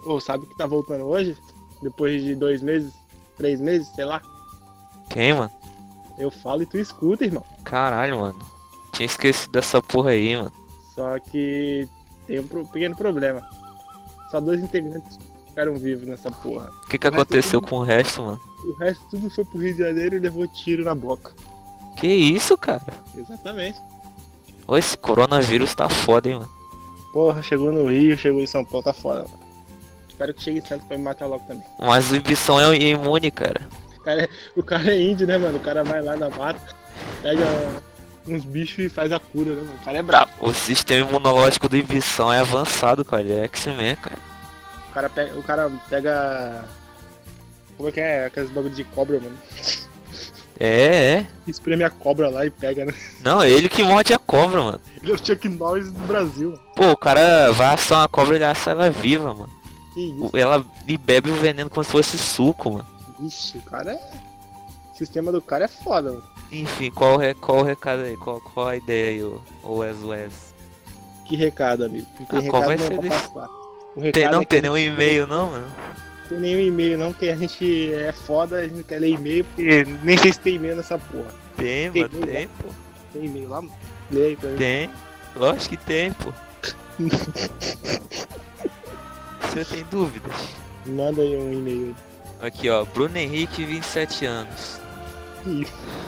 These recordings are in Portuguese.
Ou sabe que tá voltando hoje? Depois de 2 meses, 3 meses, sei lá. Quem, mano? Eu falo e tu escuta, irmão. Caralho, mano. Tinha esquecido dessa porra aí, mano. Só que tem um pequeno problema. Só 2 integrantes ficaram vivos nessa porra. O que que O resto aconteceu tudo, com o resto, mano? o resto tudo foi pro Rio de Janeiro e levou tiro na boca. Que isso, cara? Exatamente. Ô, esse coronavírus tá foda, hein, mano. Porra, chegou no Rio, chegou em São Paulo, tá foda. Mano. Espero que chegue em Santos pra me matar logo também. Mas o Ibição é imune, cara. O cara é índio, né, mano? O cara vai lá na mata, pega uns bichos e faz a cura, né, mano? O cara é brabo. O sistema imunológico do Ibição é avançado, cara. Ele é X-Men, cara. O cara pega. Como é que é? Aqueles bagulho de cobra, mano. É. Espreme a cobra lá e pega, né? Não, é ele que morde a cobra, mano. Ele é o Chuck Norris do Brasil. Mano. Pô, o cara vai assar uma cobra e ele assa ela viva, mano. Que isso? Ela e bebe o veneno como se fosse suco, mano. Ixi, o cara é. O sistema do cara é foda, mano. Enfim, qual o recado aí? Qual a ideia aí, ô Wes? Que recado, amigo. Não tem Qual vai recado ser não pra desse? passar. O recado Não é que a tem nenhum gente e-mail, não, mano? não tem nenhum e-mail, não, que a gente é foda, a gente não quer ler e-mail, porque nem sei se tem e-mail nessa porra. Tem, Tem mano, e-mail tem, lá? pô. Tem e-mail lá, mano? Lê aí pra mim. Tem. Lógico que tem, pô. Você tem dúvidas? Manda aí um e-mail Aqui, ó. Bruno Henrique, 27 anos. aí.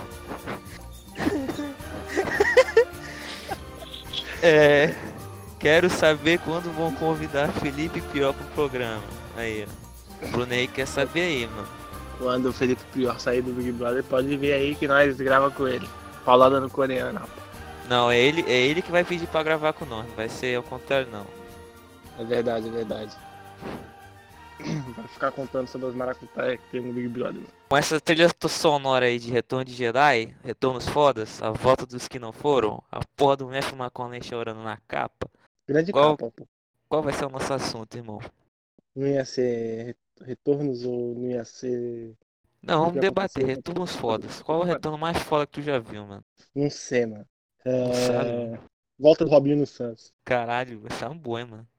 É. Quero saber quando vão convidar Felipe Pior pro programa. Aí, ó. O Bruno Henrique quer saber aí, mano. Quando o Felipe Prior sair do Big Brother, pode vir aí que nós grava com ele. Paulada no coreano, rapaz. Não, é ele que vai pedir pra gravar com nós. Não vai ser ao contrário, não. É verdade, é verdade. Vai ficar contando sobre as maracutaias que tem no Big Brother. Mano. Com essa trilha sonora aí de Retorno de Jedi, Retornos Fodas, A Volta dos Que Não Foram, a porra do Matthew McConaughey chorando na capa, Grande qual, capa, pô. qual vai ser o nosso assunto, irmão? Não ia ser retornos ou não ia ser Não, o que vamos debater, aconteceu no retornos Brother? fodas. Qual o retorno mais foda que tu já viu, mano? Não sei, mano. Não sabe, mano? Volta do Robinho no Santos. Caralho, vai ser um bom, hein, mano.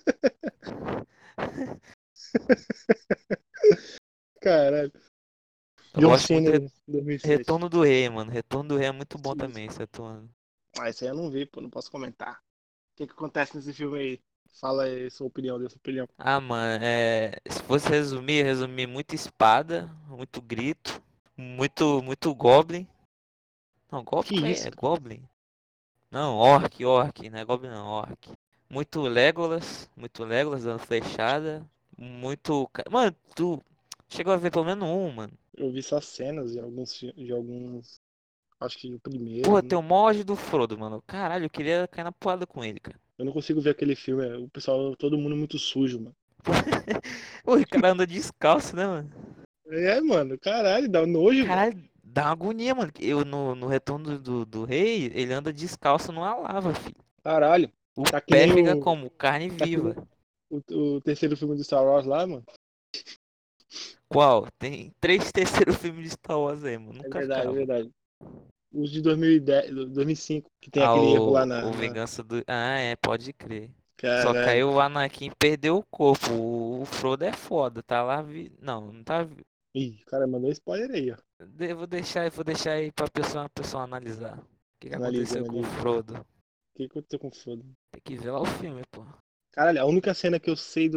Caralho. Eu John gosto muito Cena do em 2007. Retorno do Rei, mano. Retorno do Rei é muito bom Que isso? também, esse retorno. Ah, isso aí eu não vi, pô. Não posso comentar. O que acontece nesse filme aí? Fala aí sua opinião, dessa opinião. Ah, mano, se fosse resumir muita espada, muito grito, muito Goblin. Não, Que Goblin isso, é cara? Goblin. Não, Orc, não é Goblin não, Orc. Muito Legolas dando flechada, Mano, tu chegou a ver pelo menos um, mano. Eu vi só cenas de alguns. Acho que o primeiro. Porra, tem o mod do Frodo, mano. Caralho, eu queria cair na porrada com ele, cara. Eu não consigo ver aquele filme. O pessoal, todo mundo muito sujo, mano. Pô, o cara anda descalço, né, mano? É, mano, caralho, dá nojo, velho. Caralho, dá uma agonia, mano. No Retorno do Rei, ele anda descalço numa lava, filho. Caralho. O Tá que pé nem fica o. como? Carne Tá que viva. nem o terceiro filme do Star Wars lá, mano. Qual? Tem três terceiros filmes de Star Wars aí, mano. É Nunca verdade, é acaba. verdade. Os de 2010, 2005, que tem Ah, aquele erro lá o na. Vingança do. Ah, é, pode crer. Só Caralho. caiu o Anakin e perdeu o corpo. O Frodo é foda, tá lá. Não, não tá. Ih, o cara mandou spoiler aí, ó. Vou deixar aí pra pessoa analisar. O que Analisa, aconteceu com o analisa. Frodo? O que aconteceu com o Frodo? Tem que ver lá o filme, pô. Caralho, a única cena que eu sei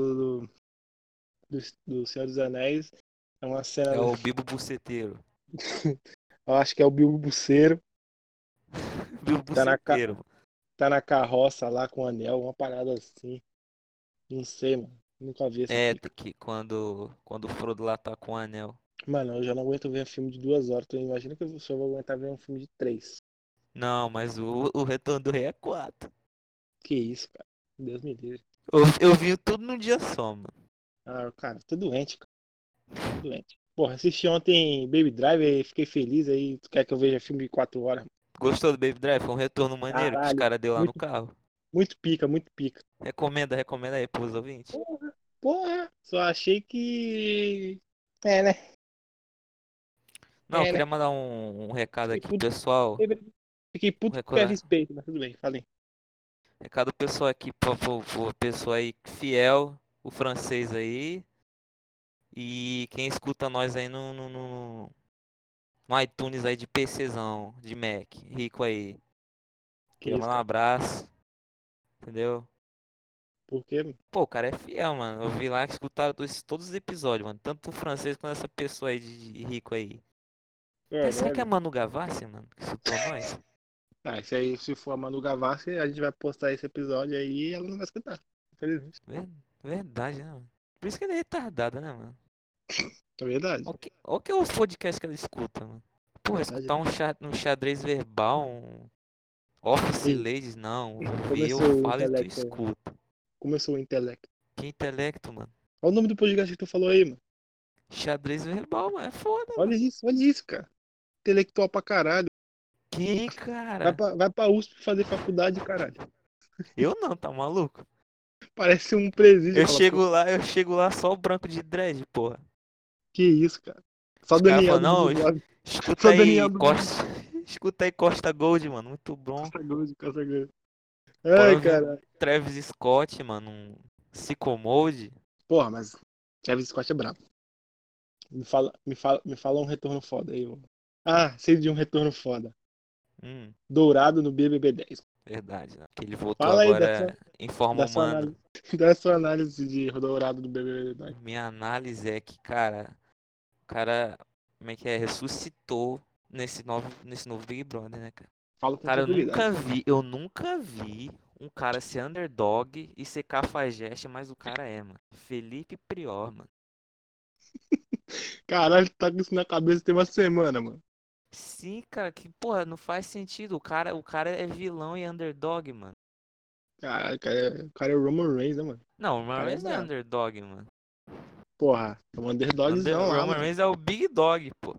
do Senhor dos Anéis é uma É cena. o Bilbo Buceteiro. Eu acho que é o Bilbo Buceiro. Bilbo Tá na, ca- Buceteiro. tá na carroça lá com o anel, uma parada assim. Não sei, mano. Nunca vi essa É, fita. que quando o Frodo lá tá com o anel. Mano, eu já não aguento ver filme de 2 horas. Tu imagina que eu só vou aguentar ver um filme de três. Não, mas o Retorno do Rei é 4. Que isso, cara. Deus me livre. Eu vi tudo num dia só, mano. Ah, cara, tô doente, cara. Tô doente. Porra, assisti ontem Baby Driver e fiquei feliz aí. Tu quer que eu veja filme de 4 horas? Gostou do Baby Drive? Foi um retorno maneiro que os Caralho. caras deu lá no Muito, carro. muito pica, muito pica. Recomenda aí pros ouvintes. Porra, porra. Só achei que. É, né? Não, eu É, queria né? mandar um recado Fiquei aqui pro puto, pessoal. fiquei Um puto porque é recado, respeito, mas tudo bem, falei. recado pessoal aqui pro pessoal aí fiel. o francês aí. E quem escuta nós aí no iTunes aí de PCzão, de Mac, rico aí. Que Queria isso, mandar um cara? abraço, entendeu? Por quê, mano? Pô, o cara é fiel, mano. Eu vi lá que escutaram todos os episódios, mano. Tanto o francês quanto essa pessoa aí de rico aí. Será que é Caralho. Manu Gavassi, mano, que escutou nós? Ah, isso aí, se for a Manu Gavassi, a gente vai postar esse episódio aí e ela não vai escutar. Infelizmente. Ver- Verdade, né, mano? Por isso que ele é retardado, né, mano? É verdade. Olha que é os podcasts que ela escuta, mano. Pô, Verdade. escutar um xadrez verbal, Office Ih, Ladies, não. Vou ver, eu começou o falo e tu intelecto aí. escuta. Começou o intelecto. Que intelecto, mano. Olha o nome do podcast que tu falou aí, mano. Xadrez verbal, mano, é foda, mano. Olha isso, cara. Intelectual pra caralho. Quem, cara? Vai pra USP fazer faculdade, caralho. Eu não, tá maluco? Parece um presídio aquela porra. Eu chego lá só o branco de dread, porra. Que isso, cara. Só Os caras Daniel falam, do não, Big Brother. escuta Só Daniel aí, do Big Costa. Escuta aí Costa Gold, mano, muito bom. Costa Gold, Costa Gold. Bora Ai, ouvir cara. um Travis Scott, mano, um Psychomode. Porra, mas Travis Scott é brabo. Me fala um retorno foda aí, mano. Ah, sei de um retorno foda. Hum, Dourado no BBB 10. verdade, né? Que ele voltou Fala aí agora em forma da sua humana. análise, da sua análise de Dourado do BBB 10. Minha análise é que, cara, o cara, como é que é, ressuscitou nesse novo Big Brother, né, cara? Fala com Cara, tranquilidade. eu nunca vi um cara ser underdog e ser cafajeste, mas o cara é, mano. Felipe Prior, mano. Caralho, tá com isso na cabeça tem uma semana, mano. Sim, cara, que porra, não faz sentido. O cara é vilão e underdog, mano. Caralho, o cara é o Roman Reigns, né, mano? Não, o O Roman cara é Reigns não é brabo. underdog, mano. Porra, é um underdogzão O lá, Roman mano. Reigns é o Big Dog, pô.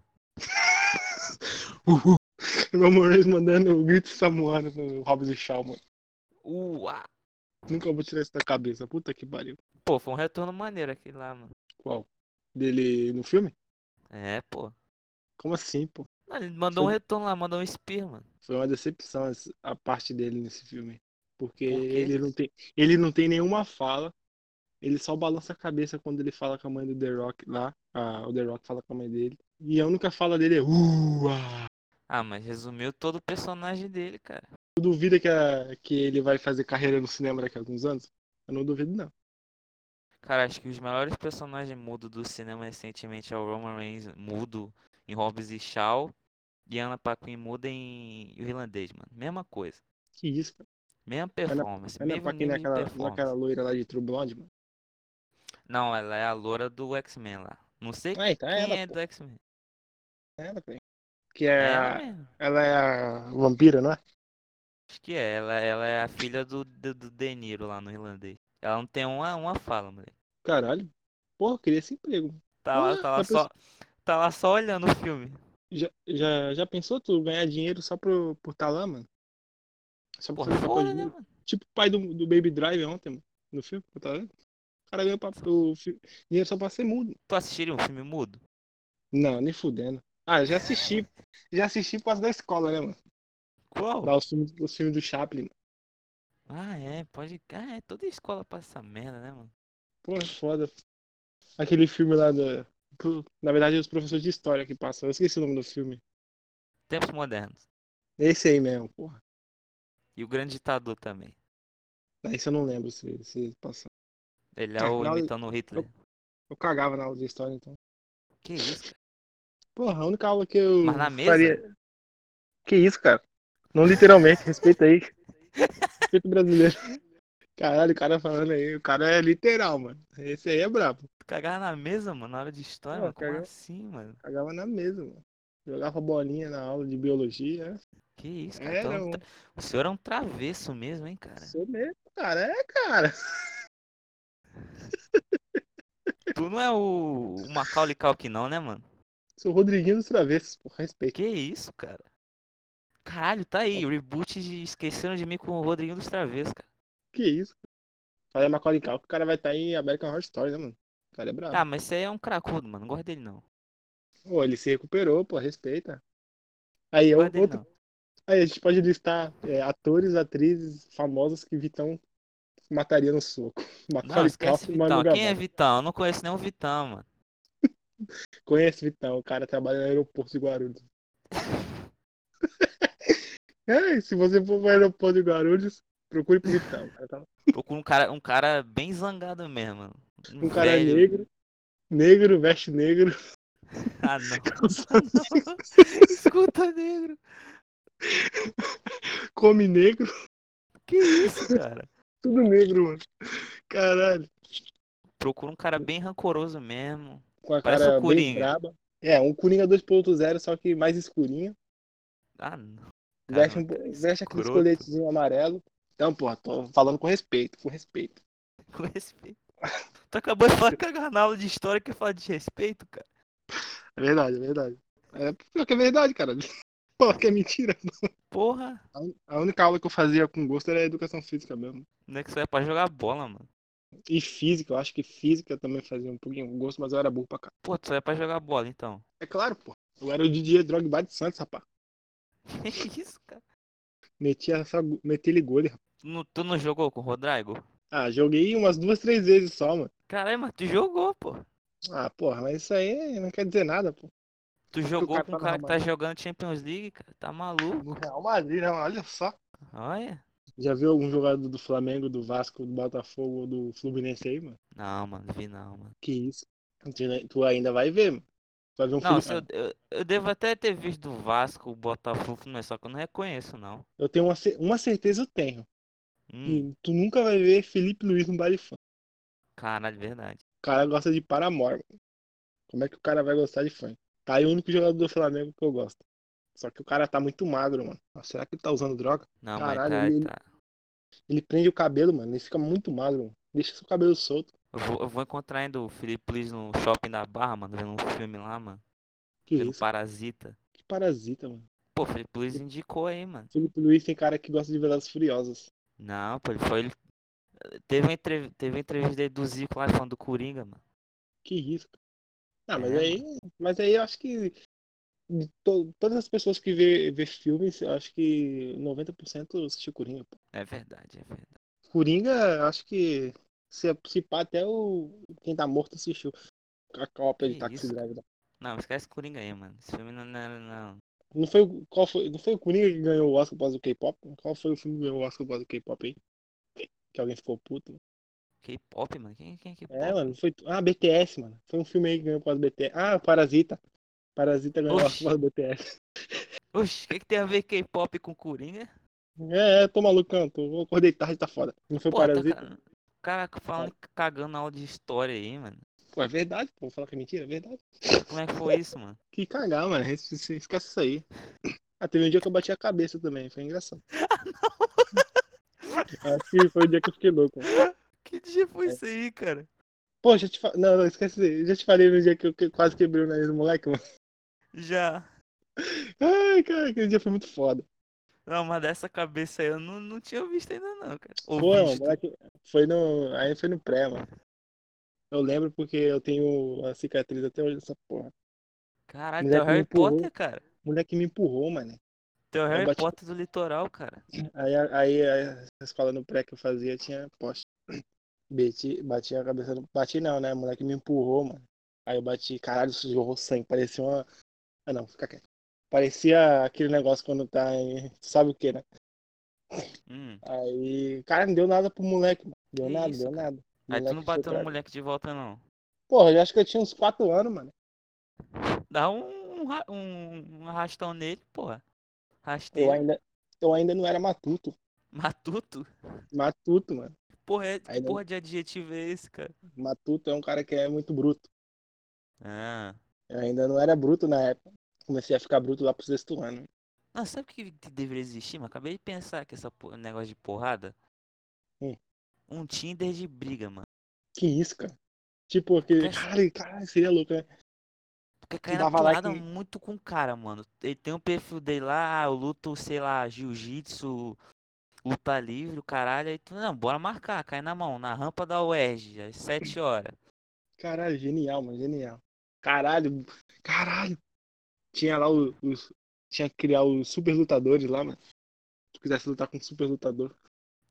Uhul. O Roman Reigns mandando o grito samuano no Hobbs e Shaw, mano. Uá. Nunca vou tirar isso da cabeça. Puta que pariu. Pô, foi um retorno maneiro aquele lá, mano. Qual? Dele no filme? É, pô. Como assim, pô? Não, ele mandou um Foi, retorno lá, mandou um spear, mano. foi uma decepção a parte dele nesse filme. Porque Por quê? ele não tem nenhuma fala. Ele só balança a cabeça quando ele fala com a mãe do The Rock lá. Ah, o The Rock fala com a mãe dele. E a única fala dele é ah. Ah, mas resumiu todo o personagem dele, cara. Tu duvida que ele vai fazer carreira no cinema daqui a alguns anos? Eu não duvido, não. Cara, acho que os melhores personagens mudo do cinema recentemente é o Roman Reigns mudo em Hobbs e Shaw e Anna Paquin muda em O Irlandês, mano. Mesma coisa. Que isso, cara. Mesma Ana, performance, Ana mesmo Paquin nível de naquela performance. loira lá de True Blonde, mano. Não, ela é a loura do X-Men lá. Não sei Ah, então é ela, quem é pô. do X-Men. É ela, pô. Que É ela é. mesmo. Ela é a vampira, não é? Acho que é. Ela é a filha do De Niro lá no Irlandês. Ela não tem uma fala, moleque. Caralho. Porra, eu queria esse emprego. Tá lá, Porra, tá lá só, tá lá só olhando o filme. já pensou tu ganhar dinheiro só por tá lá, mano? Só por Pô, fazer papel de foda, né, muro? mano? Tipo o pai do Baby Driver ontem, mano. No filme, tá vendo? O cara ganhou dinheiro só pra ser mudo. Tu assistiria um filme mudo? Não, nem fudendo. Ah, já assisti. Já assisti por causa da escola, né, mano? Qual? Lá os filmes do Chaplin. Ah, é, pode. Ah, é, toda escola passa essa merda, né, mano? Porra, foda. Aquele filme lá da. Na verdade, é os professores de história que passam. Eu esqueci o nome do filme. Tempos modernos. Esse aí mesmo, porra. E o grande ditador também. Esse eu não lembro se passou. Ele é Ah, o imitando o Hitler. eu, eu cagava na aula de história, então. Que isso, cara? Porra, a única aula que Mas eu na mesa? faria. Que isso, cara? Não literalmente, respeita aí. Respeita o brasileiro. Caralho, o cara falando aí. O cara é literal, mano. Esse aí é brabo. Tu cagava na mesa, mano, na hora de história, Pô, mano? Como assim, mano? cagava na mesa, mano. Jogava bolinha na aula de biologia. Que isso, cara? Era um. O senhor é um travesso mesmo, hein, cara? Sou mesmo, cara. É, cara. Tu não é o Macaulay Culkin não, né, mano? Sou o Rodriguinho dos Travessos, por respeito. Que isso, cara? Caralho, tá aí, reboot de Esqueceram de Mim com o Rodriguinho dos Travessos, cara. Que isso? Fazer Macaulay Culkin, o cara vai estar em American Horror Story, né, mano? O cara é Ah, brabo. mas isso aí é um cracudo, mano. Não gosto dele não. Pô, ele se recuperou, pô, respeita. Aí, Não gosto dele outro. não. Aí a gente pode listar atores, atrizes famosos que estão mataria no soco. Não, Macaulay esquece Culkin e Manu Vitão. Quem é Gavassi. Vitão? Eu não conheço nenhum Vitão, mano. Conhece Vitão, o cara trabalha no aeroporto de Guarulhos. É, se você for pro aeroporto de Guarulhos, procure por Vitão. O cara tá lá. Procura um cara bem zangado mesmo, mano. Um Um cara velho. negro, negro, veste negro, Ah, não. calça Ah, negro, não. Escuta, negro. come negro, Que isso, cara? tudo negro, mano. Caralho. Procura um cara bem rancoroso mesmo. Com a Parece o cara bem Coringa. braba. É, um Coringa 2.0, só que mais escurinho. Ah, não. Veste, Cara, cara veste aqueles escroto. coletezinho amarelo. Então, pô, tô falando com respeito, com respeito. Com respeito. Tu acabou de falar cagar na aula de história que fala de respeito, cara. É verdade, é verdade. É pior que é verdade, cara. Pô, que é mentira. Porra. A única aula que eu fazia com gosto era educação física mesmo. Não é que isso é pra jogar bola, mano. E física, eu acho que física também fazia um pouquinho com gosto, mas eu era burro pra cá. Pô, tu é pra jogar bola, então. É claro, pô. Eu era o Didier Drogba de Santos, rapaz. Que isso, cara? Meti ele gol, rapaz. Tu não jogou com o Rodrigo? Ah, joguei umas duas, três vezes só, mano. Caralho, mas tu jogou, pô. Ah, porra, mas isso aí não quer dizer nada, pô. Tu Que o jogou cara com um tá no cara Real que tá Madrid. jogando Champions League, cara. Tá No maluco. Real Madrid, não, olha só. Olha. Já viu algum jogador do Flamengo, do Vasco, do Botafogo ou do Fluminense aí, mano? Não, mano, vi não, mano. Que isso? Tu ainda vai ver, mano. Tu vai ver um Não, Felipe. se eu devo até ter visto do Vasco, o Botafogo, não é só que eu não reconheço, não. Eu tenho uma certeza, eu tenho. Hum, E tu nunca vai ver Felipe Luiz no baile funk. caralho, verdade. O cara gosta de Paramore, mano. Como é que o cara vai gostar de funk? Tá aí o único jogador do Flamengo que eu gosto. Só que o cara tá muito magro, mano. Nossa, será que ele tá usando droga? Não, mas Caralho, tá, tá. ele prende o cabelo, mano. Ele fica muito magro, mano. Deixa seu cabelo solto. Eu vou encontrar ainda o Felipe Luiz no shopping da Barra, mano, vendo um filme lá, mano. Que Vendo isso? Parasita. Que parasita, mano. Pô, o Felipe Luiz indicou aí, mano. Felipe Luiz tem cara que gosta de Velozes e Furiosos. Não, pô, ele teve uma entrevista dele do Zico lá falando do Coringa, mano. Que isso, cara. Ah, É, mano. mas aí eu acho que todas as pessoas que vê filmes, eu acho que 90% assistiu Coringa, pô. É verdade, é verdade. Coringa, acho que se pá, até quem tá morto assistiu a cópia Que de Taxi isso, cara. Driver. Não, esquece Coringa aí, mano. Esse filme não. Não foi o Coringa que ganhou o Oscar por causa do K-pop? Qual foi o filme que ganhou o Oscar por causa do K-pop aí? Que alguém ficou puto. K-pop, mano? Quem é É, K-pop? mano, foi. Ah, BTS, mano. Foi um filme aí que ganhou por causa do BTS. Ah, Parasita. Parasita ganhou o Oscar por Oxi, causa do BTS. oxi, o que tem a ver K-pop com Coringa? Tô malucão, eu acordei tarde, tá foda. Não foi Pô, tá Parasita? o cara falando cagando na aula de história aí, mano. Pô, é verdade, pô. Vou falar que é mentira, é verdade. Como é que foi isso, mano? Que cagar, mano. Esquece isso aí. Ah, teve um dia que eu bati a cabeça também, foi engraçado. Acho que foi o dia que eu fiquei louco, mano. Que dia foi É. isso aí, cara? Pô, já te falei. Não, não, esquece isso aí. Já te falei no dia que eu quase quebrei o nariz do moleque, mano. Já. Ai, cara, aquele dia foi muito foda. Não, mas dessa cabeça aí eu não tinha visto ainda não, cara. Ou Pô, mano, o visto. moleque foi no. Aí foi no pré, mano. Eu lembro porque eu tenho a cicatriz até hoje dessa porra. O Caralho, teu moleque me Harry empurrou. Potter, cara. O moleque me empurrou, mano. Teu Aí eu Harry bati. Potter do litoral, cara. Aí a escola no pré que eu fazia tinha poste. Bati a cabeça no. Bati não, né? O moleque me empurrou, mano. Aí eu bati, caralho, jorrou sangue. Parecia uma. Ah não, fica quieto. Parecia aquele negócio quando tá em. Tu sabe o que, né? Hum, Aí. Cara, não deu nada pro moleque, mano. que Deu nada, isso, deu cara. nada. O Aí tu não moleque foi bateu no pra. moleque de volta, não. Porra, eu acho que eu tinha uns 4 anos, mano. Dá um arrastão nele, porra. Eu Rasteiro. ainda. Eu ainda não era matuto. Matuto. Matuto, mano. Que Ainda. porra de adjetivo é esse, cara? Matuto é um cara que é muito bruto. Ah. Eu ainda não era bruto na época. Comecei a ficar bruto lá pro sexto ano. Não, sabe o que deveria existir, mano? Acabei de pensar que negócio de porrada. Hum, Um Tinder de briga, mano. que isso, cara? Tipo, Porque, aquele. Caralho, seria louco, né? porque Tu cair na dava lá porrada que. muito com o cara, mano. Ele tem um perfil dele lá, eu luto, sei lá, jiu-jitsu, luta livre, o caralho. Aí tu, não, bora marcar, cai na mão, na rampa da UERJ, às 7 horas. Caralho, genial, mano, genial. Caralho, caralho. Tinha lá Tinha que criar os super lutadores lá, mano. Se tu quisesse lutar com um super lutador.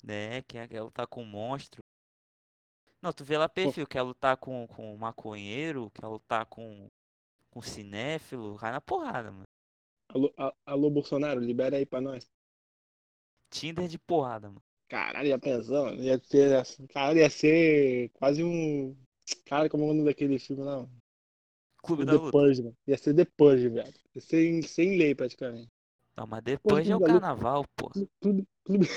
É, quer lutar com um monstro. Não, tu vê lá Pô, perfil, quer lutar com um maconheiro, quer lutar com cinéfilo, vai na porrada, mano. alô, Bolsonaro, libera aí pra nós. Tinder de porrada, mano. Caralho, já pensou? Ia ter, cara, ia ser quase um. Cara, como é o nome daquele filme lá? Clube O da The luta. Purge, mano. Ia ser The Purge, velho. Ia ser sem lei, praticamente. Não, mas Porra, depois já é Clube o da Luta. carnaval, pô. Clube.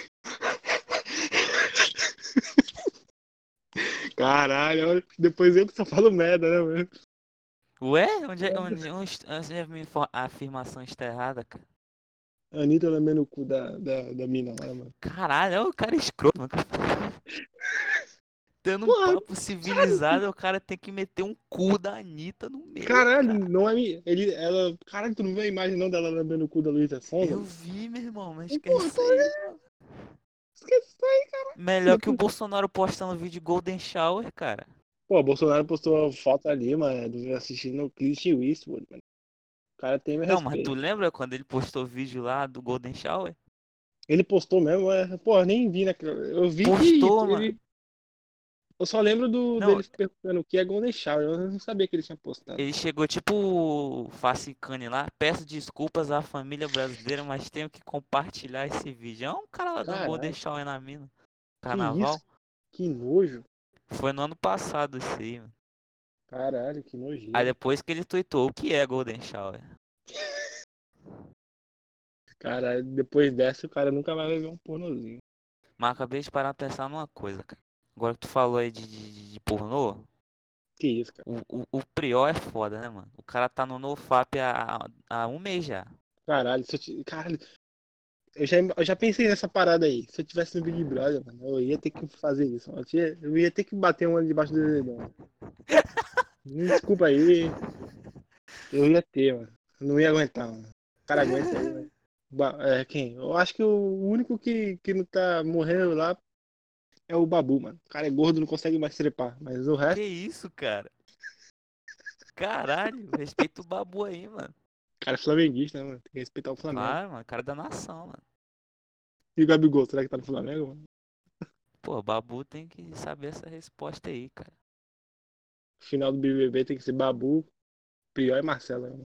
Caralho, depois eu que só falo merda, né, mano? Ué? Onde é a minha a afirmação está errada, cara? A Anitta lambendo o cu da mina lá, mano. Caralho, é o cara escroto, mano. Dando um Porra, papo civilizado, o cara tem que meter um cu da Anitta no meio, caralho, cara. não é. Ela. Caralho, tu não viu a imagem não dela lambendo o cu da Luísa Sonza, Eu mano? vi, meu irmão, mas Porra, esquece aí, mano. esquece isso aí, cara. Melhor que o Bolsonaro postando vídeo de Golden Shower, cara. Pô, Bolsonaro postou foto ali, mano, assistindo o Clint Eastwood, mano. O cara tem meu Não, mas tu respeito. lembra quando ele postou vídeo lá do Golden Shower? Ele postou mesmo, pô, nem vi, né? Eu vi que Postou, mano. ele. Eu só lembro Não, dele perguntando o que é Golden Shower. Eu não sabia que ele tinha postado. ele chegou tipo o Facicane lá. Peço desculpas à família brasileira, mas tenho que compartilhar esse vídeo. É um cara lá dando Golden Caralho, Shower na mina. que isso? Carnaval. Que nojo. Foi no ano passado isso aí, mano. Caralho, que Aí nojeira. depois que ele tweetou o que é Golden Shower. Caralho, depois dessa o cara nunca mais vai ver um pornozinho. Mas acabei de parar pra pensar numa coisa, cara. Agora que tu falou aí de pornô, Que isso, cara. o Prior é foda, né, mano? O cara tá no NoFap há um mês já. Caralho, caralho, eu já pensei nessa parada aí. Se eu tivesse no Big Brother, mano, eu ia ter que fazer isso. Mano. Eu ia ter que bater um ali debaixo do dedão. Desculpa aí, eu ia ter, mano. Eu não ia aguentar, mano. O cara aguenta aí, mano. Quem? Eu acho que o único que não tá morrendo lá é o Babu, mano. O cara é gordo, não consegue mais trepar. Mas o Que resto, isso, cara? Caralho, respeita o Babu aí, mano. o cara é flamenguista, né, mano? Tem que respeitar o Flamengo. Claro, mano, cara da nação, mano. E o Gabigol, será que tá no Flamengo, mano? Pô, o Babu tem que saber essa resposta aí, cara. Final do BBB tem que ser Babu, Prior e Marcelo, né, mano?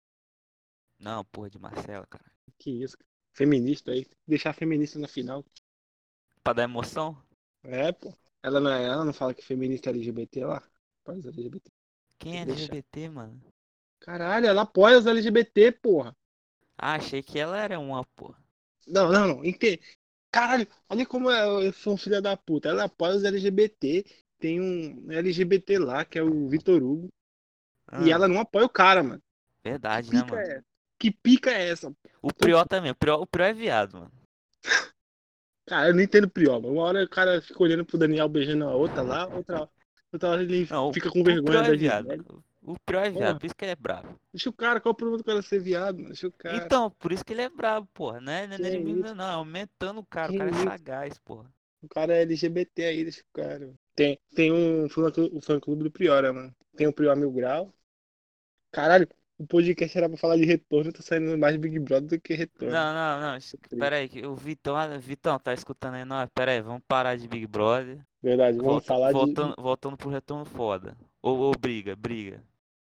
Não, porra de Marcela, cara. Que isso, cara. Feminista aí. Deixar a feminista na final. Pra dar emoção? É, pô. Ela não fala que feminista é LGBT lá? Apoia os LGBT. Quem Tem é que deixar. LGBT, mano? Caralho, ela apoia os LGBT, porra. Ah, achei que ela era uma, porra. Não, não, não. Caralho, olha como eu sou um filho da puta. Ela apoia os LGBT. Tem um LGBT lá, que é o Vitor Hugo. E Ah, ela não apoia o cara, mano. Que verdade, né, pica mano? é essa? Que pica é essa? O Então, Prior também. O Prior é viado, mano. cara, eu não entendo Priol, mano. Uma hora o cara fica olhando pro Daniel beijando a outra lá, outra hora ele Não, fica com o vergonha Prior é da viado, Gisele. mano. O Prior é viado, Porra, por isso que ele é bravo. deixa o cara, qual o problema do cara ser viado, mano? Deixa o cara. Então, por isso que ele é brabo, porra. Não Que é é isso? diminuindo, não. É aumentando o Que cara é isso? sagaz, porra. O cara é LGBT aí, deixa o cara, mano. Tem o fã-clube do Priora, mano. Tem o Prior Mil Grau. Caralho, o podcast era pra falar de retorno, tá saindo mais Big Brother do que retorno. Não. Tô triste. Pera aí, que o Vitão, Vitão, tá escutando aí? Não, pera aí, vamos parar de Big Brother. Verdade, vamos falar de. Voltando pro retorno foda. Ou briga.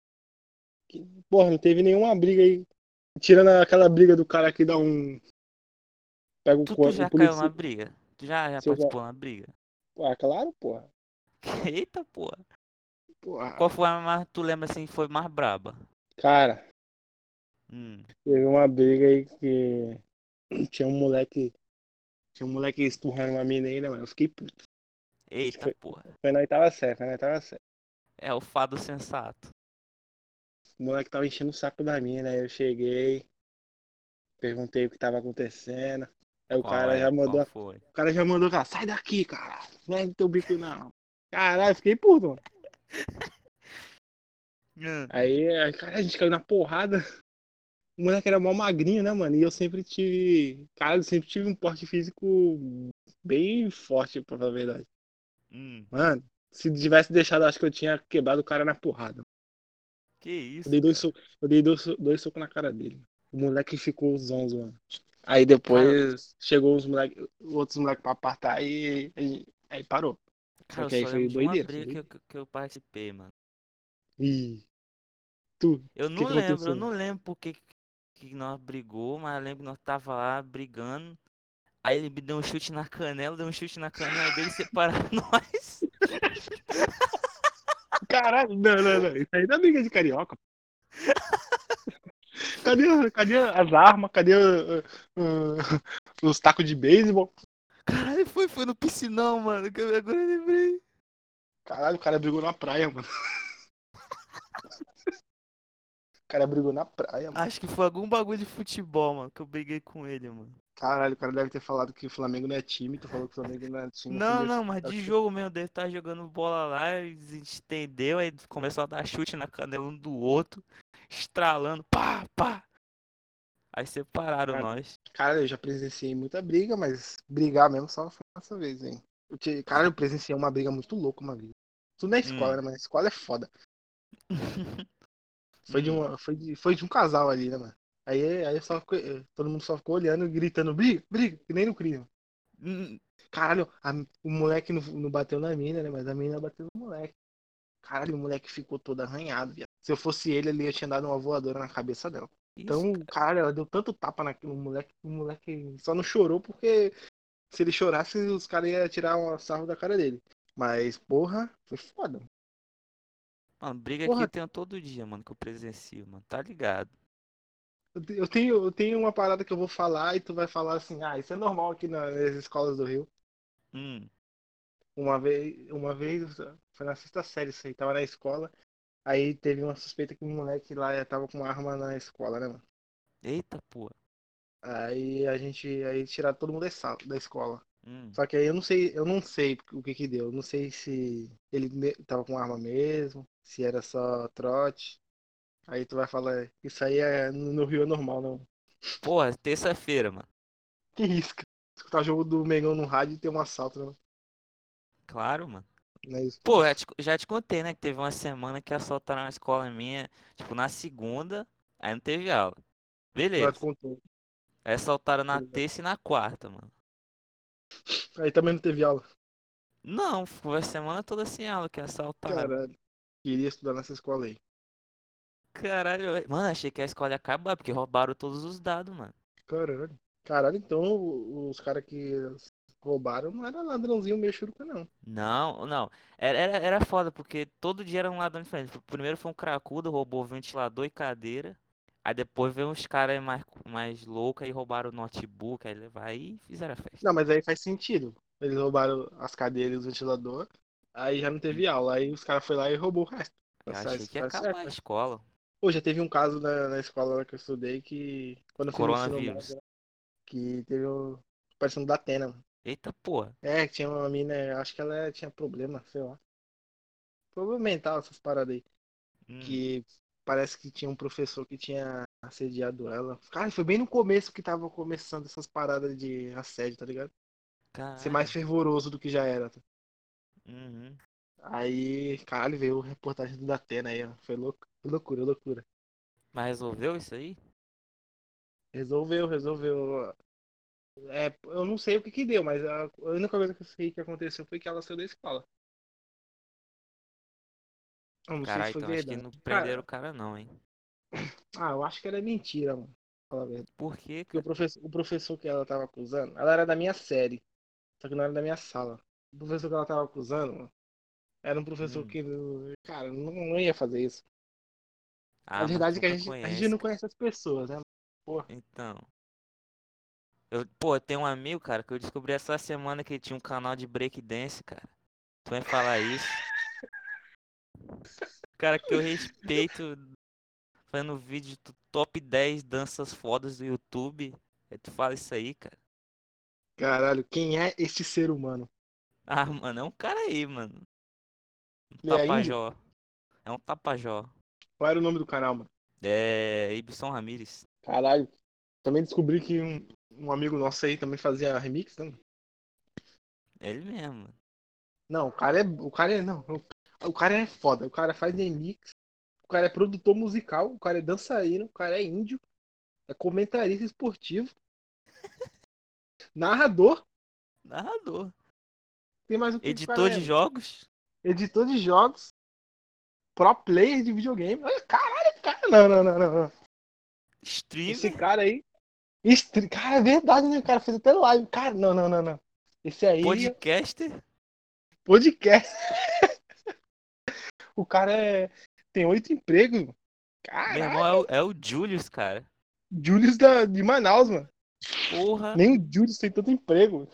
Porra, não teve nenhuma briga aí. Tirando aquela briga do cara que dá um. Pega Tu o já caiu na polícia. briga? Tu já Se eu já... participou na briga? Ah, claro, porra. Eita, porra. Porra. Qual foi a mais, tu lembra assim, que foi mais braba? Cara, Hum, teve uma briga aí que tinha um moleque. Tinha um moleque esturrando uma menina, mano. Eu fiquei puto. Isso eita, porra. foi na oitava série, foi na oitava série. É o fado sensato. O moleque tava enchendo o saco da mina, aí eu cheguei, perguntei o que tava acontecendo. Aí o Qual cara é? já Qual mandou. foi? O cara já mandou, cara, sai daqui, cara. Não é do teu bico, não. Caralho, eu fiquei puto, mano. Hum. Aí, cara, a gente caiu na porrada. O moleque era mó magrinho, né, mano? E eu sempre tive. Cara, eu sempre tive um porte físico bem forte, pra falar a verdade. Hum. Mano, se tivesse deixado, acho que eu tinha quebrado o cara na porrada. Que Eu isso, dei cara? dois socos na cara dele. O moleque ficou zonzo, mano. Aí Cara, depois chegou outros moleques pra apartar aí parou. Só cara, eu que aí só foi lembro de uma doideira, foi briga que eu, doideira. que eu participei, mano. Ih, tu, o que que Eu aconteceu? não lembro por que nós brigou, mas eu lembro que nós tava lá brigando. Aí ele me deu um chute na canela, deu um chute na canela dele e separaram nós. Caralho, não. Isso aí não é briga de carioca. Cadê as armas? Cadê os tacos de beisebol? Caralho, foi no piscinão, mano, que eu agora lembrei. Caralho, o cara brigou na praia, mano. O cara brigou na praia, mano. Acho que foi algum bagulho de futebol, mano, que eu briguei com ele, mano. Caralho, o cara deve ter falado que o Flamengo não é time. Tu falou que o Flamengo não é time. Não, não, mas de jogo mesmo, dele tá jogando bola lá, eles entendeu, aí começou a dar chute na canela um do outro, estralando, pá, pá. Aí separaram Cara, nós. cara, eu já presenciei muita briga, mas brigar mesmo só foi dessa vez, hein? Cara, eu presenciei uma briga muito louca uma vez. Tudo na escola, Hum. né? Mas a escola é foda. Hum. Foi de um casal ali, né, mano? Aí todo mundo só ficou olhando e gritando, briga, briga, que nem no crime. Hum. Caralho, o moleque não bateu na mina, né? Mas a mina bateu no moleque. Caralho, o moleque ficou todo arranhado, viado. Se eu fosse ele ia tinha dado uma voadora na cabeça dela. Isso, Então, cara. caralho, ela deu tanto tapa no moleque, o moleque só não chorou porque se ele chorasse, os caras iam tirar uma sarro da cara dele. Mas, porra, foi foda. Mano, briga aqui Porra, tem todo dia, mano, que eu presencio, mano, tá ligado? eu tenho uma parada que eu vou falar e tu vai falar assim, ah, isso é normal aqui nas escolas do Rio. Hum. Uma vez, foi na sexta série isso aí, tava na escola, aí teve uma suspeita que um moleque lá tava com uma arma na escola, né, mano? Eita, porra. Aí tiraram todo mundo da escola. Hum. Só que aí eu não sei o que que deu. Eu não sei se ele tava com arma mesmo, se era só trote. Aí tu vai falar, isso aí no Rio é normal, não. Porra, terça-feira, mano. Que risco. Escutar o jogo do Mengão no rádio e ter um assalto Claro, mano. na Pô, escola. já te contei, né, que teve uma semana que assaltaram a escola minha, tipo, na segunda, aí não teve aula. Lá tu Beleza. contou. Aí assaltaram na terça e na quarta, mano. Aí também não teve aula. Não, foi a semana toda sem aula que assaltaram. Caralho. Queria estudar nessa escola aí. Caralho, mano, achei que a escola ia acabar, porque roubaram todos os dados, mano. Caralho. Caralho, então os caras que roubaram não era ladrãozinho meio churuca, não. Não, não. Era foda, porque todo dia era um ladrão diferente. Primeiro foi um cracudo, roubou ventilador e cadeira. Aí depois veio uns caras mais loucos e roubaram o notebook, aí levaram e fizeram a festa. Não, mas aí faz sentido. Eles roubaram as cadeiras e os ventiladores. Aí já não teve aula. Aí os caras foram lá e roubou o resto. Eu achei que ia Faz acabar a certo, né? escola. Pô, já teve um caso na escola lá que eu estudei que, quando eu fiz o ensino Coronavírus. médio, que teve parecendo da Atena, mano. Eita porra. É, que tinha uma mina, acho que ela tinha problema, sei lá. Problema mental, essas paradas aí. Hum, Que parece que tinha um professor que tinha assediado ela. Cara, foi bem no começo que tava começando essas paradas de assédio, tá ligado? Ser mais caralho. fervoroso do que já era. Tá? Uhum. Aí, caralho, veio a reportagem do Datena aí, ó. Foi loucura, loucura. Mas resolveu isso aí? Resolveu. É, eu não sei o que que deu, mas a única coisa que eu sei que aconteceu foi que ela saiu da escola. Eu não sei se Caralho, foi então acho que verdade. não prenderam o Cara, cara não, hein? eu acho que era mentira, mano. Pra falar a verdade. Por quê, Porque cara? o professor que ela tava acusando, ela era da minha série, só que não era da minha sala. O professor que ela tava acusando, mano, era um professor Hum. que, cara, não ia fazer isso. A Ah, mas tu verdade é que nunca a gente conhece, não cara. conhece as pessoas, né? Porra, Então. Pô, tem um amigo, cara, que eu descobri essa semana que ele tinha um canal de breakdance, cara. Tu vai falar isso? Cara, que eu respeito fazendo vídeo do top 10 danças fodas do YouTube. Aí tu fala isso aí, cara. caralho, quem é esse ser humano? Ah, mano, é um cara aí, mano. Um Ele é índio? tapajó. É um tapajó. Qual era o nome do canal, mano? É. Ibson Ramírez. Caralho. Também descobri que um amigo nosso aí também fazia remix, né? Ele mesmo, mano. Não, não. O cara é foda. O cara faz remix. O cara é produtor musical. O cara é dançarino. O cara é índio. É comentarista esportivo. Narrador. Narrador. Tem mais o que Editor fazer, de mano. jogos. Editor de jogos. Pro player de videogame. Ai, caralho, cara. Não, não, não, não, não. Esse Streamer. cara aí. Cara, é verdade, né? O cara fez até live. Cara, não, não, não, não. Esse aí, Podcaster. podcast. O cara tem 8 empregos. Meu irmão Caralho. é o Julius, cara. Julius de Manaus, mano. Porra. Nem o Julius tem tanto emprego.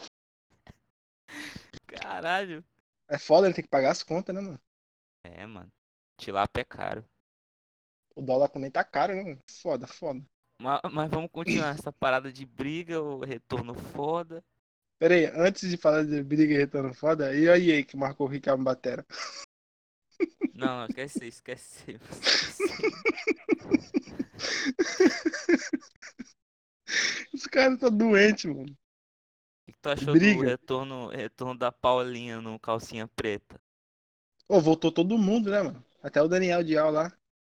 Caralho. É foda, ele tem que pagar as contas, né, mano? É, mano. Tilápia é caro. O dólar também tá caro, né, mano? Foda, foda. Mas vamos continuar essa parada de briga, o retorno foda. Pera aí, antes de falar de briga e retorno foda, e aí que marcou o Ricardo Batera? Não, esquece, esquece, esquece. Esse cara tá doente, mano. O que tu achou do Briga. retorno da Paulinha no calcinha preta? Ô, voltou todo mundo, né, mano? Até o Daniel Dial lá.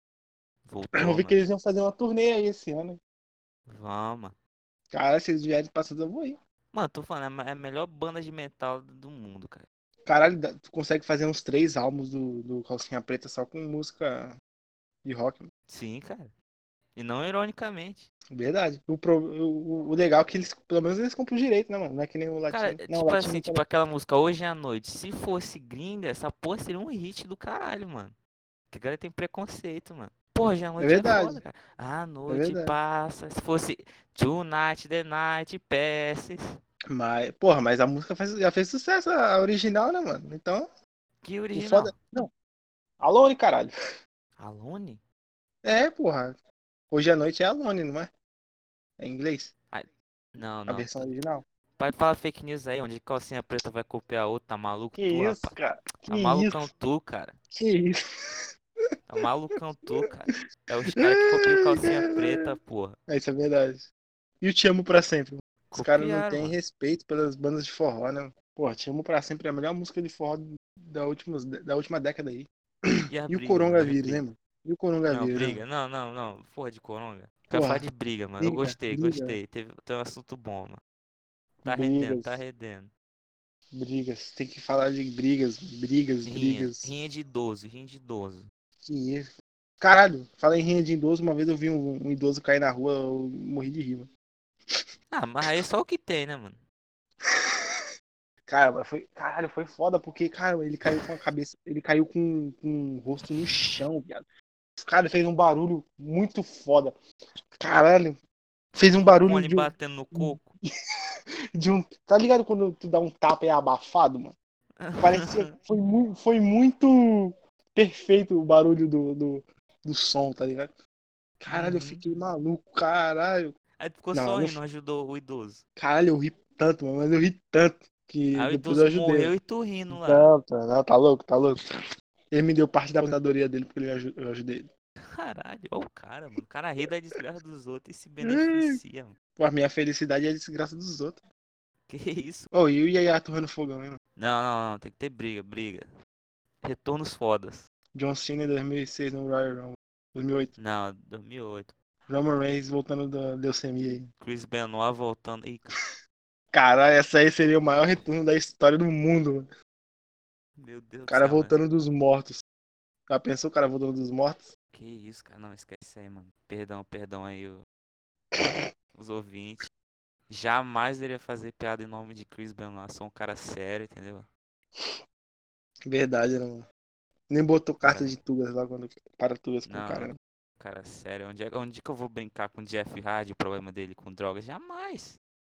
Eu Voltou, vi que mano. eles iam fazer uma turnê aí esse ano. Vamos. Cara, se eles vierem passando, eu vou ir. Mano, tô falando, é a melhor banda de metal do mundo, cara. Caralho, tu consegue fazer uns 3 álbuns do Calcinha Preta só com música de rock, mano. Sim, cara. E não ironicamente. Verdade. O legal é que eles, pelo menos eles compram direito, né, mano? Não é que nem o Cara, latino. Não, o tipo latino assim, tipo também. aquela música Hoje à Noite. Se fosse gringa, essa porra seria um hit do caralho, mano. Que agora tem preconceito, mano. Porra, Hoje à É Noite é foda, verdade. cara. A É noite verdade. passa. Se fosse Tonight, the night passes. Mas, porra, mas a música já fez sucesso, a original, né, mano? Então, Que o foda. original? Não. Alone, caralho. Alone? É, porra. Hoje à noite é Alone, não é? É em inglês. Ai, não, A não. versão original. Pai, fala fake news aí, onde calcinha preta vai copiar outra, tá maluco Que tu, isso, rapaz? cara? Que Tá malucão isso? tu, cara. Que isso? Tá malucão tu, cara. É os caras que copiam Ai, calcinha caralho. preta, porra. Isso é verdade. E o Te Amo Pra Sempre? Os caras não Copiaram, têm mano. respeito pelas bandas de forró, né? Porra, Te Amo Pra Sempre é a melhor música de forró da última década aí. E a E o briga, mano? E a Coronavírus, hein, briga? mano? E o Não, Coronavírus, hein, mano? briga. Não, não, não. Porra de coronga. Quero falar Porra, de briga, mano. Eu briga, gostei, briga, gostei. Tem um assunto bom, mano. Tá rendendo, tá brigas, rendendo. brigas. Tem que falar de brigas, brigas, Rinha. brigas. Rinha de idoso, rinha de idoso. Que isso? Caralho, fala em rinha de idoso. Uma vez eu vi um idoso cair na rua, eu morri de rir, mano. Ah, mas aí é só o que tem, né, mano? Cara, mas caralho, foi foda, porque, cara, ele caiu com a cabeça, ele caiu com o rosto no chão, viado. Cara, fez um barulho muito foda. Caralho, fez um Um barulho cone batendo no coco. de um. Tá ligado quando tu dá um tapa e é abafado, mano? Parecia. Foi muito perfeito o barulho do som, tá ligado? Caralho, eu Uhum. fiquei maluco, caralho. Aí tu ficou Não, eu não. sorrindo, ajudou o idoso. Caralho, eu ri tanto, mano, mas eu ri tanto que Aí o depois eu idoso ajudei. morreu e tu rindo lá. Não, não, tá louco, tá louco. Ele me deu parte da aposentadoria dele porque eu ajudei ele. Caralho, olha o cara, mano. O cara ri da desgraça dos outros e se Ai, beneficia, mano. pô, a minha felicidade é a desgraça dos outros. Que isso? Ô, e o Yaya Torrando Fogão, hein, mano? Não, não, não. Tem que ter briga, briga. Retornos fodas. John Cena em 2006 no Royal Rumble. 2008. Não, 2008. Roman Reigns voltando da leucemia aí. Chris Benoit voltando. Ih, Caralho, essa aí seria o maior retorno da história do mundo, mano. meu Deus O do cara céu, mano. voltando dos mortos. Já pensou o cara voltando dos mortos? Que isso, cara. Não, esquece aí, mano. Perdão, perdão aí os ouvintes. Jamais iria fazer piada em nome de Chris Benoit. Sou um cara sério, entendeu? Verdade, né, mano? Nem botou carta Cara, de Tugas lá quando para Tugas com o não, cara, né? cara sério. Onde que eu vou brincar com o Jeff Hardy, o problema dele com drogas? Jamais.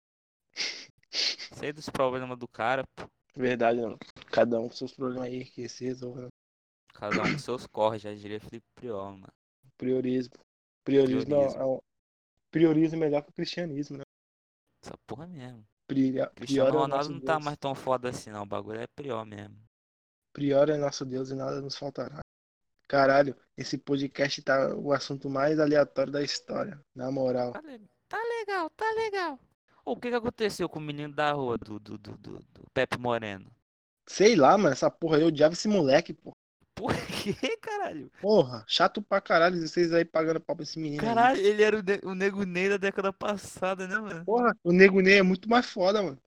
Sei dos problemas do cara, pô. Verdade, né, mano? Cada um com seus problemas aí que se resolve, né? Cada um com seus corres, já diria Felipe Priol, mano. Priorismo. Priorismo Priorismo. priorismo é melhor que o cristianismo, né? Essa porra mesmo. Prior Cristiano é o Ronaldo nosso não tá Deus. mais tão foda assim, não. O bagulho é Priol mesmo. Prior é nosso Deus e nada nos faltará. Caralho, esse podcast tá o assunto mais aleatório da história, na moral. Tá legal, tá legal. Ô, o que que aconteceu com o menino da rua, do Pepe Moreno? Sei lá, mano, essa porra aí, eu odiava esse moleque, pô. Por quê, caralho? Porra, chato pra caralho vocês aí pagando pau pra esse menino aí. Caralho, ele era o Nego Ney da década passada, né, mano? Porra, o Nego Ney é muito mais foda, mano.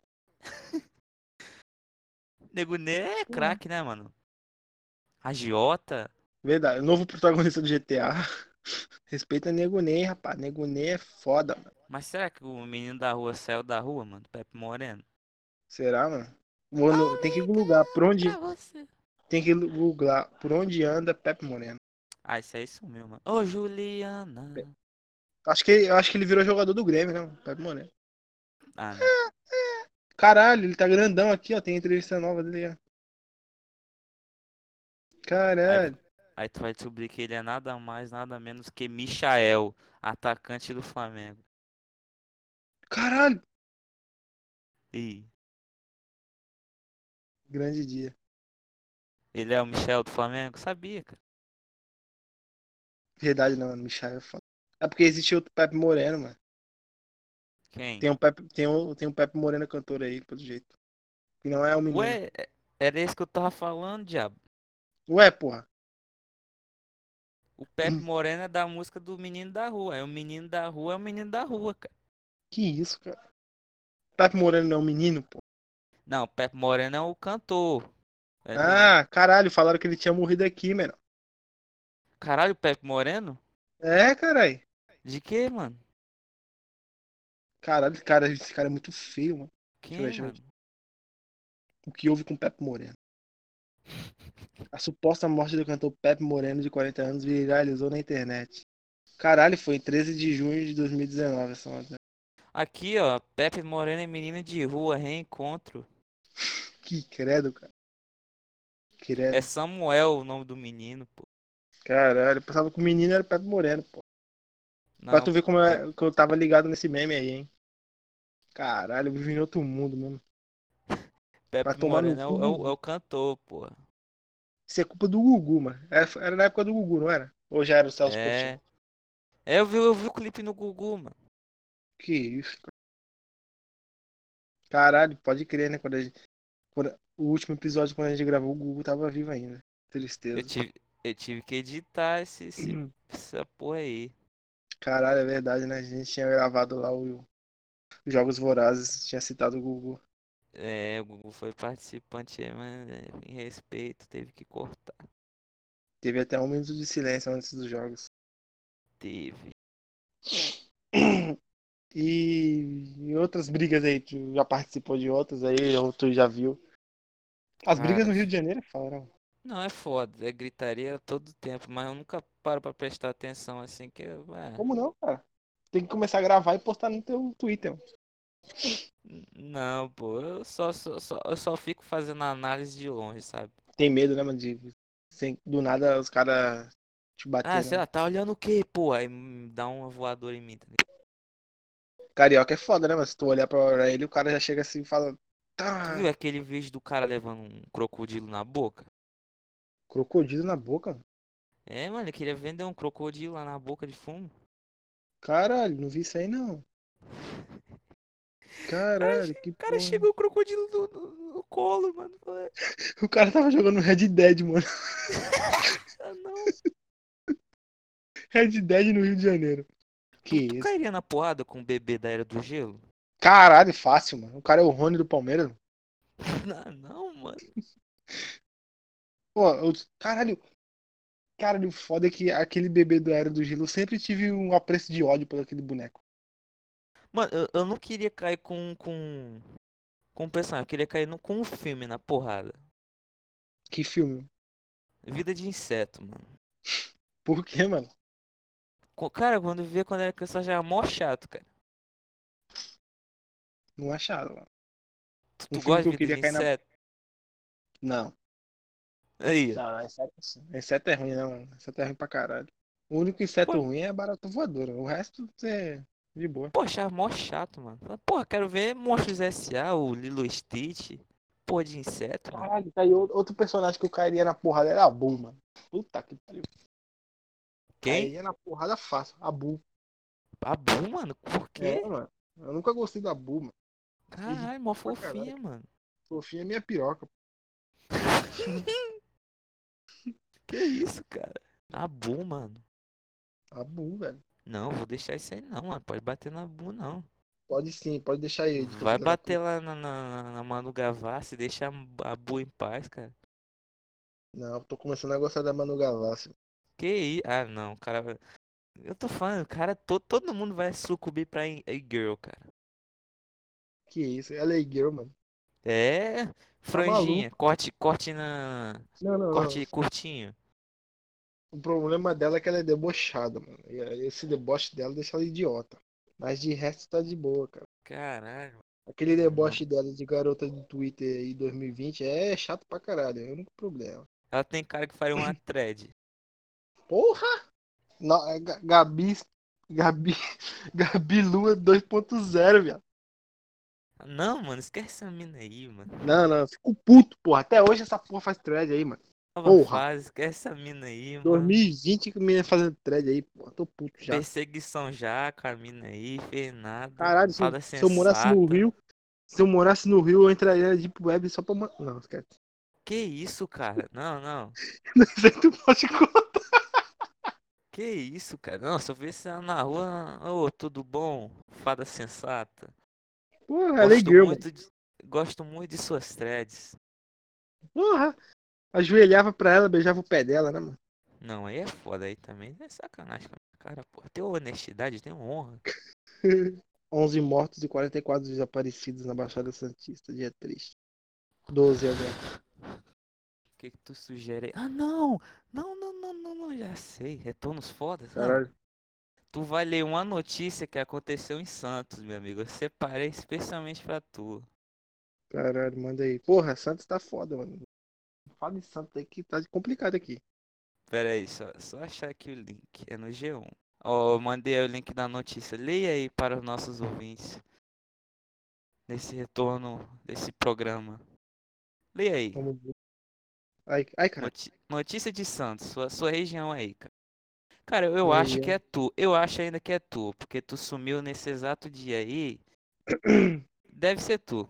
Nego Ney é Porra. craque, né, mano? Agiota. Verdade, o novo protagonista do GTA. Respeita Nego Ney, rapaz. Nego Ney é foda, mano. Mas será que o menino da rua saiu da rua, mano? Pepe Moreno? Será, mano? Tem que googlar por Ligando pra onde. você. Tem que googlar por onde anda Pepe Moreno. Ah, isso aí sumiu, mano. Ô, Juliana. Eu acho que ele virou jogador do Grêmio, né? Pepe Moreno. Ah, não. Caralho, ele tá grandão aqui, ó. Tem entrevista nova dele, ó. Aí, Caralho. aí tu vai descobrir que ele é nada mais, nada menos que Michael, atacante do Flamengo. Caralho. E Grande dia. ele é o Michel do Flamengo? Sabia, cara. Verdade não, mano. Michel é foda. É porque existe outro Pepe Moreno, mano. Quem? Tem um Pepe Moreno cantor aí, pelo jeito. Que não é o menino. Ué, era esse que eu tava falando, diabo. Ué, porra. O Pepe Moreno é da música do Menino da Rua. É o Menino da Rua, é o Menino da Rua, cara. Que isso, cara? Pepe Moreno não é um menino, pô. Não, o Pepe Moreno é o cantor. Ah, caralho, falaram que ele tinha morrido aqui, mano. Caralho, o Pepe Moreno? É, caralho. De quê, mano? Caralho, esse cara é muito feio, mano. Quem, Deixa eu ver mano? aqui. O que houve com o Pepe Moreno? A suposta morte do cantor Pepe Moreno, de 40 anos, viralizou na internet. Caralho, foi em 13 de junho de 2019 essa matéria. Aqui, ó. Pepe Moreno é menina de rua, reencontro. Que credo, cara. É Credo. Samuel o nome do menino, pô. Caralho, eu pensava que o menino era o Pepe Moreno, pô. Pra Não, tu ver como Pe- é que eu tava ligado nesse meme aí, hein. Caralho, eu vivi em outro mundo mesmo. Vai Pepe tomar no Moreno é cu, é Gugu. o cantor, pô. Isso é culpa do Gugu, mano. Era na época do Gugu, não era? Ou já era o Celso Portiolli? É. É, eu vi o clipe no Gugu, mano. Que isso, cara. Caralho, pode crer, né? O último episódio, quando a gente gravou, o Gugu tava vivo ainda. Eu Tristeza. tive, eu tive que editar essa porra aí. Caralho, é verdade, né? A gente tinha gravado lá o Jogos Vorazes, tinha citado o Gugu. É, o Gugu foi participante, mas em respeito, teve que cortar. Teve até um minuto de silêncio antes dos jogos. Teve. E outras brigas aí, tu já participou de outras aí, ou tu já viu? As brigas Cara, no Rio de Janeiro, falaram. não é foda, é gritaria todo tempo, mas eu nunca paro pra prestar atenção assim que, Como não, cara? Tem que começar a gravar e postar no teu Twitter. não, pô, eu só fico fazendo análise de longe, sabe? Tem medo, né, mano? Do nada os caras te Ah, bater, sei né? lá, tá olhando o quê, pô? Aí dá uma voadora em mim, tá ligado? Carioca é foda, né, mano? Se tu olhar pra ele, o cara já chega assim e fala. Tu viu Tá, aquele vídeo do cara levando um crocodilo na boca? crocodilo na boca, mano. É, mano, ele queria vender um crocodilo lá na boca de fumo. Caralho, não vi isso aí não. Caralho, que O cara porra. chegou o crocodilo no colo, mano. Falei, O cara tava jogando Red Dead, mano. ah, não. Red Dead no Rio de Janeiro. Que Tu isso? cairia na porrada com o bebê da Era do Gelo? Caralho, fácil, mano. O cara é o Rony do Palmeiras. Não, não, mano. Pô, caralho, caralho, o foda é que aquele bebê do Era do Gelo, eu sempre tive um apreço de ódio por aquele boneco. Mano, eu não queria cair com um personagem, eu queria cair com um filme na porrada. Que filme? Vida de inseto, mano. Por quê, mano? Cara, quando eu via quando era criança já era mó chato, cara. Não acharam, mano. Um Tu filme gosta que de eu vida queria de cair na. inseto? Não. Aí, Não, inseto é ruim, não, mano. Inseto é ruim pra caralho. O único pô, inseto ruim é a barata voadora. O resto é de boa. poxa, mó chato, mano. Porra, quero ver Monstros S.A., o Lilo Stitch. Porra de inseto, mano. Caralho, tá aí outro personagem que eu cairia na porrada era a Bull, mano. Puta que pariu. Quem? Cairia na porrada fácil. A Bull. Babu, mano? Por É, quê? mano. Eu nunca gostei da Bull, mano. Irrita Caralho, mó pra caralho. fofinha, mano. Fofinha é minha piroca. Que isso, cara? Nabu, mano. Abu, velho. Não, vou deixar isso aí não, mano. Pode bater na Bu, não. Pode sim, pode deixar aí, editor, Vai filho da bater puta. lá na Manu Gavassi, deixa a Bu em paz, cara. Não, tô começando a gostar da Manu Gavassi. Que isso? Ah, não, cara. Eu tô falando, cara, todo mundo vai sucumbir pra girl, cara. Que isso? Ela é girl, mano. É, Tá franjinha, maluco. corte na. Não, não, não. Corte curtinho. O problema dela é que ela é debochada, mano. E aí esse deboche dela deixa ela idiota. Mas de resto tá de boa, cara. Caralho. Aquele Não. deboche dela de garota do Twitter aí 2020 é chato pra caralho. É o único problema. Ela tem cara que faria uma thread. Porra! Não, é Gabi, Gabi Lua 2.0, viado. Não, mano, esquece essa mina aí, mano. Não, não, eu fico puto, porra. Até hoje essa porra faz thread aí, mano. Nova Porra. fase, esquece essa mina aí, mano. 2020 que menina fazendo thread aí, porra. Tô puto já. Perseguição já com a mina aí, fez nada. Caralho, Fada se eu morasse no sensata. Rio, se eu morasse no Rio, eu entraria na Deep Web só pra. Não, esquece. Que isso, cara? Não, não. Não sei se tu pode contar. Que isso, cara? Não, se eu visse ela na rua, ô, tudo bom? Fada sensata. Porra, ela é Gosto girl, mano. muito de, gosto muito de suas threads. Porra. Ajoelhava pra ela, beijava o pé dela, né, mano? Não, aí é foda, aí também é sacanagem com a cara, pô. Tem honestidade, tem honra. 11 mortos e 44 desaparecidos na Baixada Santista. Dia triste. 12 agora. O que que tu sugere aí? Ah, não! Não, não, não, não, não, já sei. Retornos fodas? Não. Caralho. Tu vai ler uma notícia que aconteceu em Santos, meu amigo. Eu separei especialmente pra tu. Caralho, manda aí. Porra, Santos tá foda, mano. Fala em Santos aí que tá complicado aqui. Pera aí, só achar aqui o link. É no G1. Ó, eu mandei aí o link da notícia. Leia aí para os nossos ouvintes. Nesse retorno desse programa. Leia aí. Vamos ver. Ai, caralho. Notícia de Santos, sua região aí, cara. Cara, eu acho que Região. é tu. Eu acho ainda que é tu, porque tu sumiu nesse exato dia aí. Deve ser tu.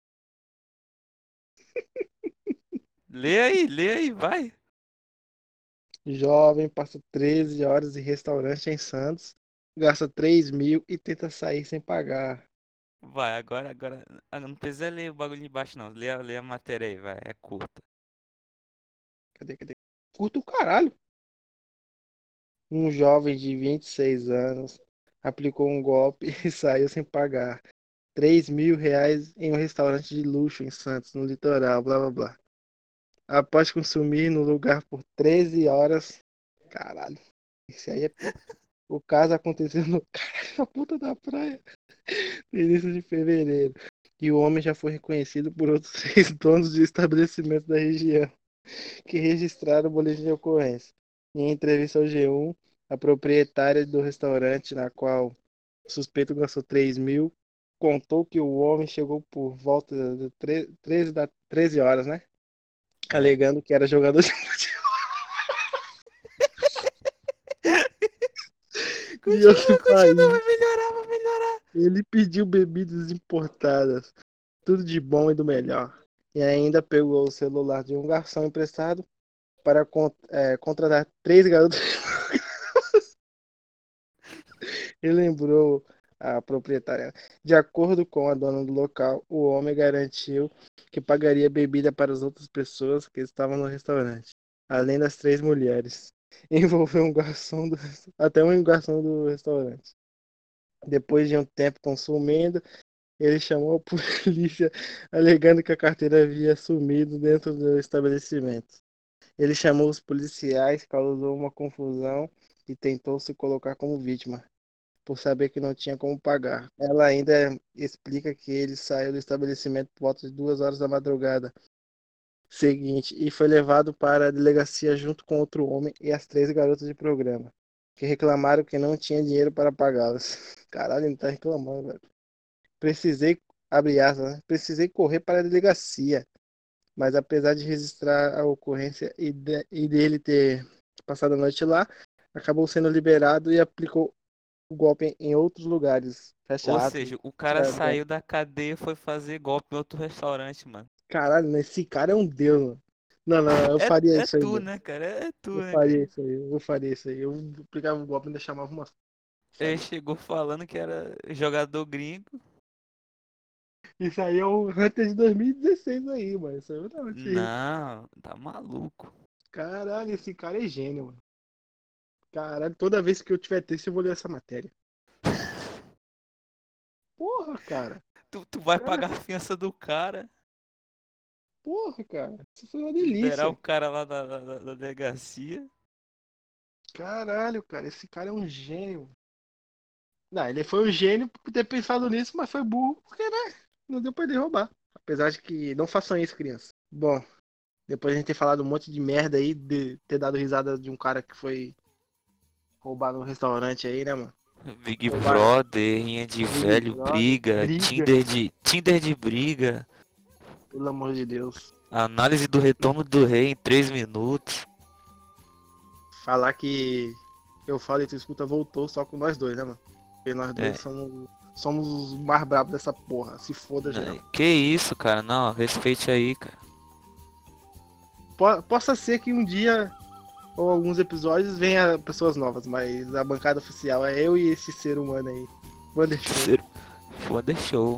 Lê aí, vai. Jovem passa 13 horas em restaurante em Santos, gasta 3 mil e tenta sair sem pagar. Vai, agora. Não precisa ler o bagulho de baixo, não. Lê a matéria aí, vai. É curta. Cadê? Curto o caralho. Um jovem de 26 anos aplicou um golpe e saiu sem pagar. 3 mil reais em um restaurante de luxo em Santos, no litoral, blá blá blá. Após consumir no lugar por 13 horas. Caralho, isso aí é pior. O caso aconteceu no caralho, na puta da praia, no início de fevereiro. E o homem já foi reconhecido por outros 6 donos de estabelecimentos da região, que registraram o boletim de ocorrência. Em entrevista ao G1, a proprietária do restaurante, na qual o suspeito gastou 3 mil, contou que o homem chegou por volta de 13 horas, né? É. Alegando que era jogador de futebol de outro Continua, país. vai melhorar, vai melhorar. Ele pediu bebidas importadas, tudo de bom e do melhor. E ainda pegou o celular de um garçom emprestado para contratar 3 garotos. E lembrou a proprietária. De acordo com a dona do local, o homem garantiu que pagaria bebida para as outras pessoas que estavam no restaurante, além das 3 mulheres. Envolveu até um garçom do restaurante. Depois de um tempo consumindo, ele chamou a polícia, alegando que a carteira havia sumido dentro do estabelecimento. Ele chamou os policiais, causou uma confusão e tentou se colocar como vítima, por saber que não tinha como pagar. Ela ainda explica que ele saiu do estabelecimento por volta de 2 horas da madrugada seguinte e foi levado para a delegacia junto com outro homem e as 3 garotas de programa, que reclamaram que não tinha dinheiro para pagá-las. Caralho, ele tá reclamando, velho. Precisei, abre aspas, né? Precisei correr para a delegacia, mas apesar de registrar a ocorrência e dele ter passado a noite lá, acabou sendo liberado e aplicou o golpe em outros lugares. Fecha Ou aspas. seja, o cara Fecha- saiu da cadeia e foi fazer golpe em outro restaurante, mano. Caralho, esse cara é um deus, mano. Não, não, eu faria É isso aí, tu, mano. né, cara? É tu, Eu né, cara? faria isso aí, eu faria isso aí. Eu pegava o golpe e ainda chamava uma. Ele Faria. chegou falando que era jogador gringo. Isso aí é o Hunter de 2016 aí, mano. Isso aí não, Não, tá maluco. Caralho, esse cara é gênio, mano. Caralho, toda vez que eu tiver texto eu vou ler essa matéria. Porra, cara. Tu vai Cara, pagar a fiança do cara, porra, cara. Isso foi uma liberar o delícia. cara lá da delegacia. Caralho, cara, esse cara é um gênio. Não, ele foi um gênio por ter pensado nisso, mas foi burro porque, né? Não deu pra ele roubar. Apesar de que não façam isso, criança. Bom, depois a gente ter falado um monte de merda aí, de ter dado risada de um cara que foi roubar no restaurante aí, né, mano? Big Roubaram Brother, rinha de Big velho, Brother, briga, briga, Tinder de briga, pelo amor de Deus. análise do retorno do rei em 3 minutos. Falar que eu falo e tu escuta voltou só com nós dois, né, mano? Porque nós É, dois somos os mais brabos dessa porra. Se foda geral. que isso, cara? Não, respeite aí, cara. Possa ser que um dia ou alguns episódios venha pessoas novas, mas a bancada oficial é eu e esse ser humano aí. Wandershow, Ser- Foda show.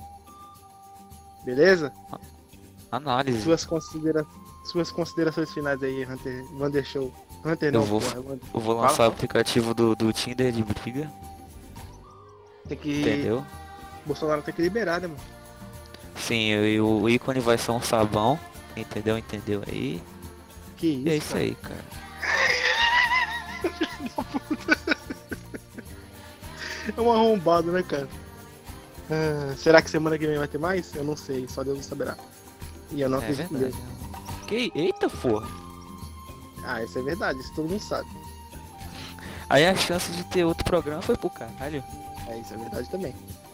beleza? Análise. Suas considerações finais aí, Hunter. Wandershow. Hunter Eu não, vou, porra. eu vou Fala, lançar o fala. aplicativo do Tinder de briga, Tem que. entendeu? Bolsonaro tem que liberar, né, mano? Sim, e o ícone vai ser um sabão, entendeu? Entendeu aí? Que E é isso, isso cara. aí, cara. É um arrombado, né, cara? Ah, será que semana que vem vai ter mais? Eu não sei, só Deus saberá. E eu não É acredito em verdade. Deus. Eita, porra. Ah, isso é verdade, isso todo mundo sabe. Aí a chance de ter outro programa foi pro caralho. É, isso é verdade também.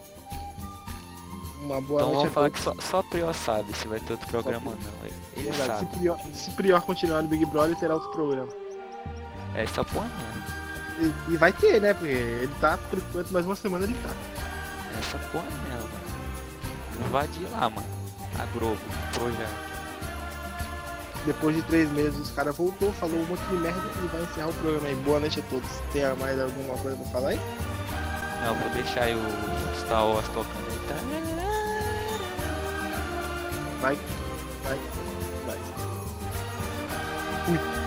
Uma boa Então noite vamos a falar todos. que só o Prior sabe se vai ter outro programa ou não. Ele Verdade. sabe. Se Prior continuar no Big Brother, terá outro programa. É essa porra mesmo. E vai ter, né? Porque ele tá, por enquanto, mais uma semana ele tá. É essa porra mesmo, mano. Invadir lá, mano. A Globo, o projeto. Depois de 3 meses, os caras voltou, falou um monte de merda e vai encerrar o programa aí. Boa noite a todos. Tem mais alguma coisa pra falar aí? Não, vou deixar aí o Star Wars tocando aí, tá? Vai, vai, vai. Fui.